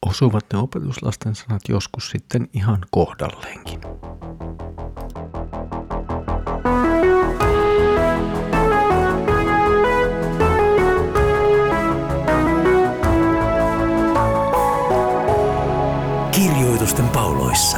Osuvat ne opetuslasten sanat joskus sitten ihan kohdalleenkin. Kirjoitusten pauloissa.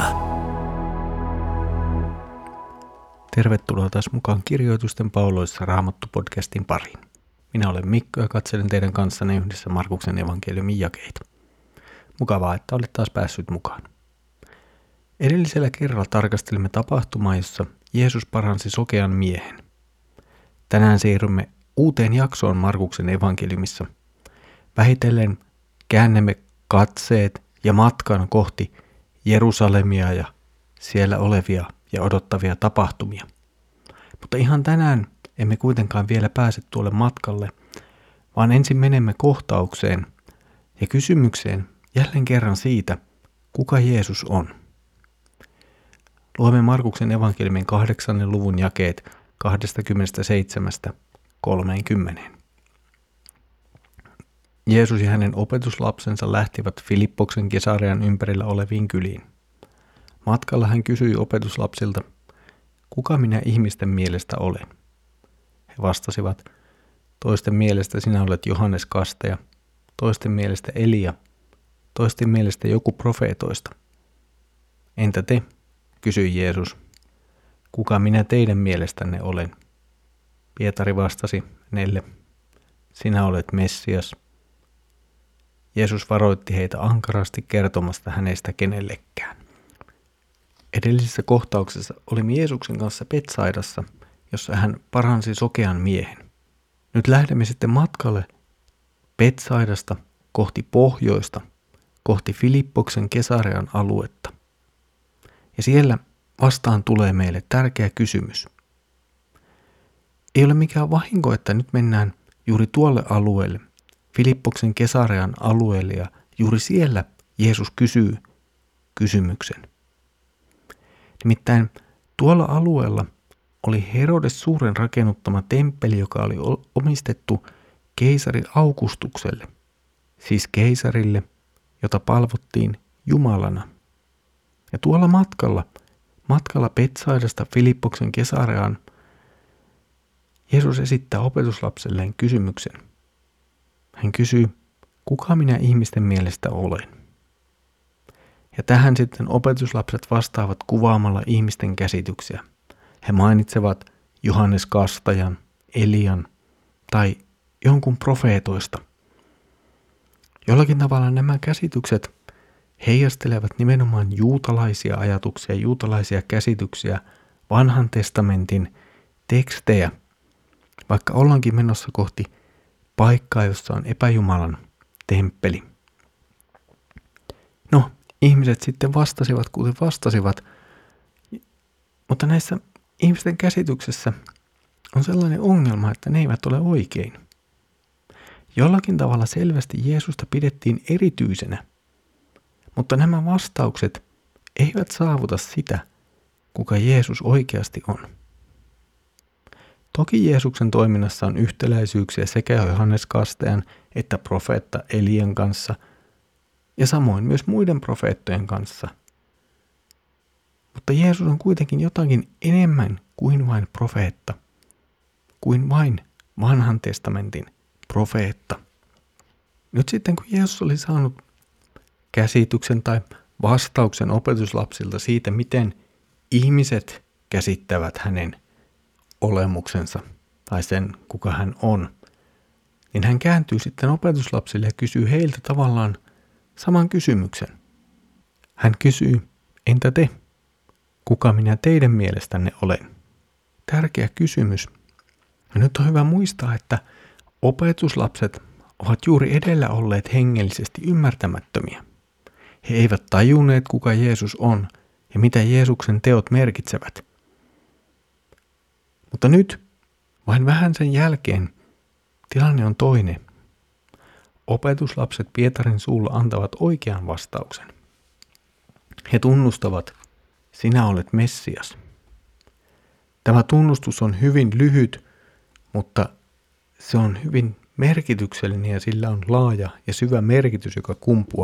Tervetuloa taas mukaan Kirjoitusten pauloissa Raamattu-podcastin pariin. Minä olen Mikko ja katselen teidän kanssanne yhdessä Markuksen evankeliumin jakeita. Mukavaa, että olet taas päässyt mukaan. Edellisellä kerralla tarkastelimme tapahtumaa, jossa Jeesus paransi sokean miehen. Tänään siirrymme uuteen jaksoon Markuksen evankeliumissa. Vähitellen käännämme katseet ja matkan kohti Jerusalemia ja siellä olevia ja odottavia tapahtumia. Mutta ihan tänään emme kuitenkaan vielä pääse tuolle matkalle, vaan ensin menemme kohtaukseen ja kysymykseen jälleen kerran siitä, kuka Jeesus on. Luemme Markuksen evankeliumin 8. luvun jakeet 27-30. Jeesus ja hänen opetuslapsensa lähtivät Filippoksen Kesarean ympärillä oleviin kyliin. Matkalla hän kysyi opetuslapsilta, kuka minä ihmisten mielestä olen? He vastasivat, toisten mielestä sinä olet Johannes Kastaja, toisten mielestä Elia, toisten mielestä joku profeetoista. Entä te, kysyi Jeesus, kuka minä teidän mielestänne olen? Pietari vastasi hänelle, sinä olet Messias. Jeesus varoitti heitä ankarasti kertomasta hänestä kenellekään. Edellisessä kohtauksessa olimme Jeesuksen kanssa Betsaidassa, jossa hän paransi sokean miehen. Nyt lähdemme sitten matkalle Betsaidasta kohti pohjoista, kohti Filippoksen Kesarean aluetta. Ja siellä vastaan tulee meille tärkeä kysymys. Ei ole mikään vahinko, että nyt mennään juuri tuolle alueelle, Filippoksen Kesarean alueelle, ja juuri siellä Jeesus kysyy kysymyksen. Nimittäin tuolla alueella oli Herodes suuren rakennuttama temppeli, joka oli omistettu keisari Augustukselle, siis keisarille, jota palvottiin Jumalana. Ja tuolla matkalla Betsaidasta Filippoksen Kesareaan, Jeesus esittää opetuslapselleen kysymyksen. Hän kysyy, kuka minä ihmisten mielestä olen? Ja tähän sitten opetuslapset vastaavat kuvaamalla ihmisten käsityksiä. He mainitsevat Johannes Kastajan, Elian tai jonkun profeetoista. Jollakin tavalla nämä käsitykset heijastelevat nimenomaan juutalaisia ajatuksia, juutalaisia käsityksiä, vanhan testamentin tekstejä, vaikka ollaankin menossa kohti paikkaa, jossa on epäjumalan temppeli. No, ihmiset sitten vastasivat, kuten vastasivat, mutta näissä ihmisten käsityksessä on sellainen ongelma, että ne eivät ole oikein. Jollakin tavalla selvästi Jeesusta pidettiin erityisenä, mutta nämä vastaukset eivät saavuta sitä, kuka Jeesus oikeasti on. Toki Jeesuksen toiminnassa on yhtäläisyyksiä sekä Johannes Kastajan että profeetta Elian kanssa ja samoin myös muiden profeettojen kanssa. Mutta Jeesus on kuitenkin jotakin enemmän kuin vain profeetta, kuin vain vanhan testamentin profeetta. Nyt sitten kun Jeesus oli saanut käsityksen tai vastauksen opetuslapsilta siitä, miten ihmiset käsittävät hänen olemuksensa tai sen, kuka hän on, niin hän kääntyy sitten opetuslapsille ja kysyy heiltä tavallaan saman kysymyksen. Hän kysyy, entä te? Kuka minä teidän mielestänne olen? Tärkeä kysymys. Ja nyt on hyvä muistaa, että opetuslapset ovat juuri edellä olleet hengellisesti ymmärtämättömiä. He eivät tajunneet, kuka Jeesus on ja mitä Jeesuksen teot merkitsevät. Mutta nyt, vain vähän sen jälkeen, tilanne on toinen. Opetuslapset Pietarin suulla antavat oikean vastauksen. He tunnustavat, sinä olet Messias. Tämä tunnustus on hyvin lyhyt, mutta se on hyvin merkityksellinen ja sillä on laaja ja syvä merkitys, joka kumpuaa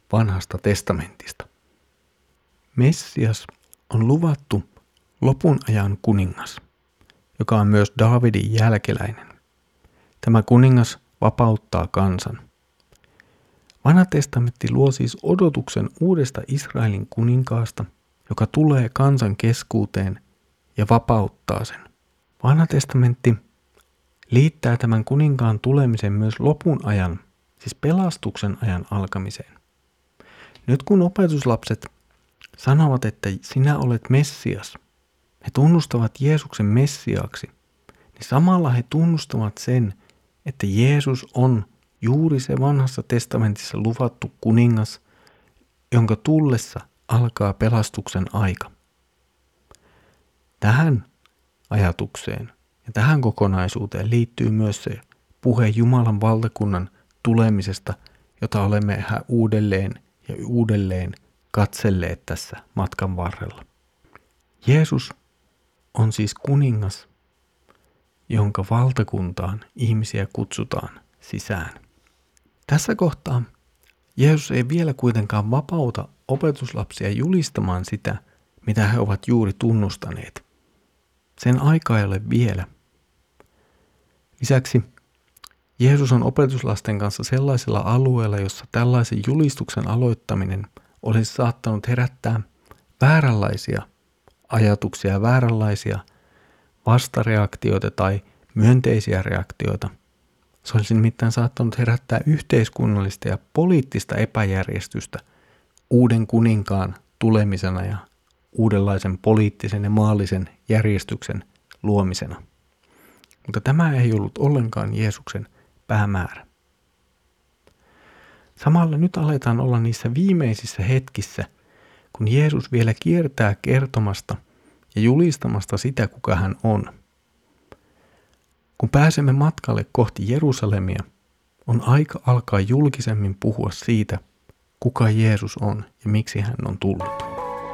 Vanhasta testamentista. Messias on luvattu lopun ajan kuningas, joka on myös Daavidin jälkeläinen. Tämä kuningas vapauttaa kansan. Vanha testamentti luo siis odotuksen uudesta Israelin kuninkaasta, joka tulee kansan keskuuteen ja vapauttaa sen. Vanha testamentti liittää tämän kuninkaan tulemisen myös lopun ajan, siis pelastuksen ajan alkamiseen. Nyt kun opetuslapset sanovat, että sinä olet Messias, he tunnustavat Jeesuksen Messiaaksi, niin samalla he tunnustavat sen, että Jeesus on juuri se vanhassa testamentissa luvattu kuningas, jonka tullessa alkaa pelastuksen aika. Tähän ajatukseen ja tähän kokonaisuuteen liittyy myös se puhe Jumalan valtakunnan tulemisesta, jota olemme yhä uudelleen ja uudelleen katselleet tässä matkan varrella. Jeesus on siis kuningas, jonka valtakuntaan ihmisiä kutsutaan sisään. Tässä kohtaa Jeesus ei vielä kuitenkaan vapauta opetuslapsia julistamaan sitä, mitä he ovat juuri tunnustaneet. Sen aika ei ole vielä. Lisäksi Jeesus on opetuslasten kanssa sellaisella alueella, jossa tällaisen julistuksen aloittaminen olisi saattanut herättää vääränlaisia ajatuksia, vääränlaisia vastareaktioita tai myönteisiä reaktioita. Se olisi nimittäin saattanut herättää yhteiskunnallista ja poliittista epäjärjestystä uuden kuninkaan tulemisena ja uudenlaisen poliittisen ja maallisen järjestyksen luomisena. Mutta tämä ei ollut ollenkaan Jeesuksen päämäärä. Samalla nyt aletaan olla niissä viimeisissä hetkissä, kun Jeesus vielä kiertää kertomasta ja julistamasta sitä, kuka hän on. Kun pääsemme matkalle kohti Jerusalemia, on aika alkaa julkisemmin puhua siitä, kuka Jeesus on ja miksi hän on tullut.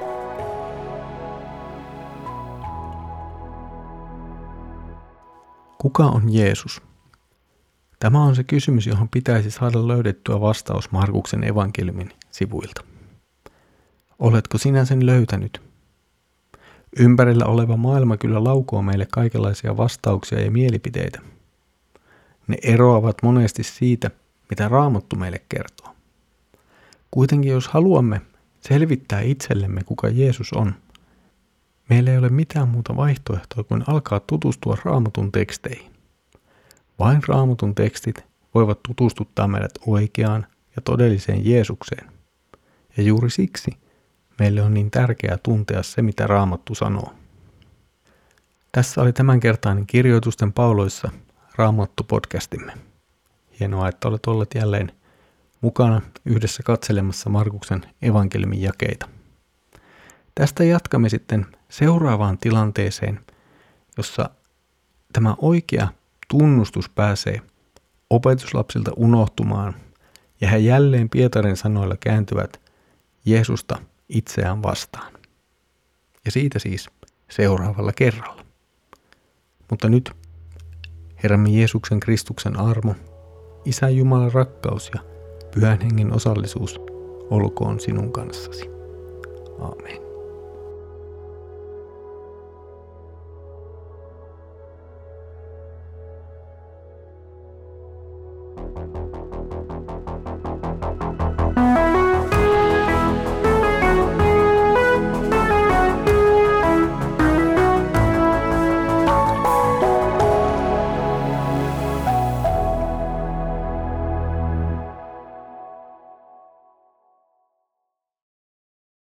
Kuka on Jeesus? Tämä on se kysymys, johon pitäisi saada löydettyä vastaus Markuksen evankeliumin sivuilta. Oletko sinä sen löytänyt? Ympärillä oleva maailma kyllä laukoo meille kaikenlaisia vastauksia ja mielipiteitä. Ne eroavat monesti siitä, mitä Raamattu meille kertoo. Kuitenkin jos haluamme selvittää itsellemme, kuka Jeesus on, meillä ei ole mitään muuta vaihtoehtoa kuin alkaa tutustua Raamatun teksteihin. Vain Raamatun tekstit voivat tutustuttaa meidät oikeaan ja todelliseen Jeesukseen. Ja juuri siksi meille on niin tärkeää tuntea se, mitä Raamattu sanoo. Tässä oli tämänkertainen Kirjoitusten pauloissa Raamattu-podcastimme. Hienoa, että olet olleet jälleen mukana yhdessä katselemassa Markuksen evankeliumin jakeita. Tästä jatkamme sitten seuraavaan tilanteeseen, jossa tämä oikea tunnustus pääsee opetuslapsilta unohtumaan ja he jälleen Pietarin sanoilla kääntyvät Jeesusta itseään vastaan. Ja siitä siis seuraavalla kerralla. Mutta nyt Herramme Jeesuksen Kristuksen armo, Isän Jumalan rakkaus ja Pyhän Hengen osallisuus olkoon sinun kanssasi. Aamen.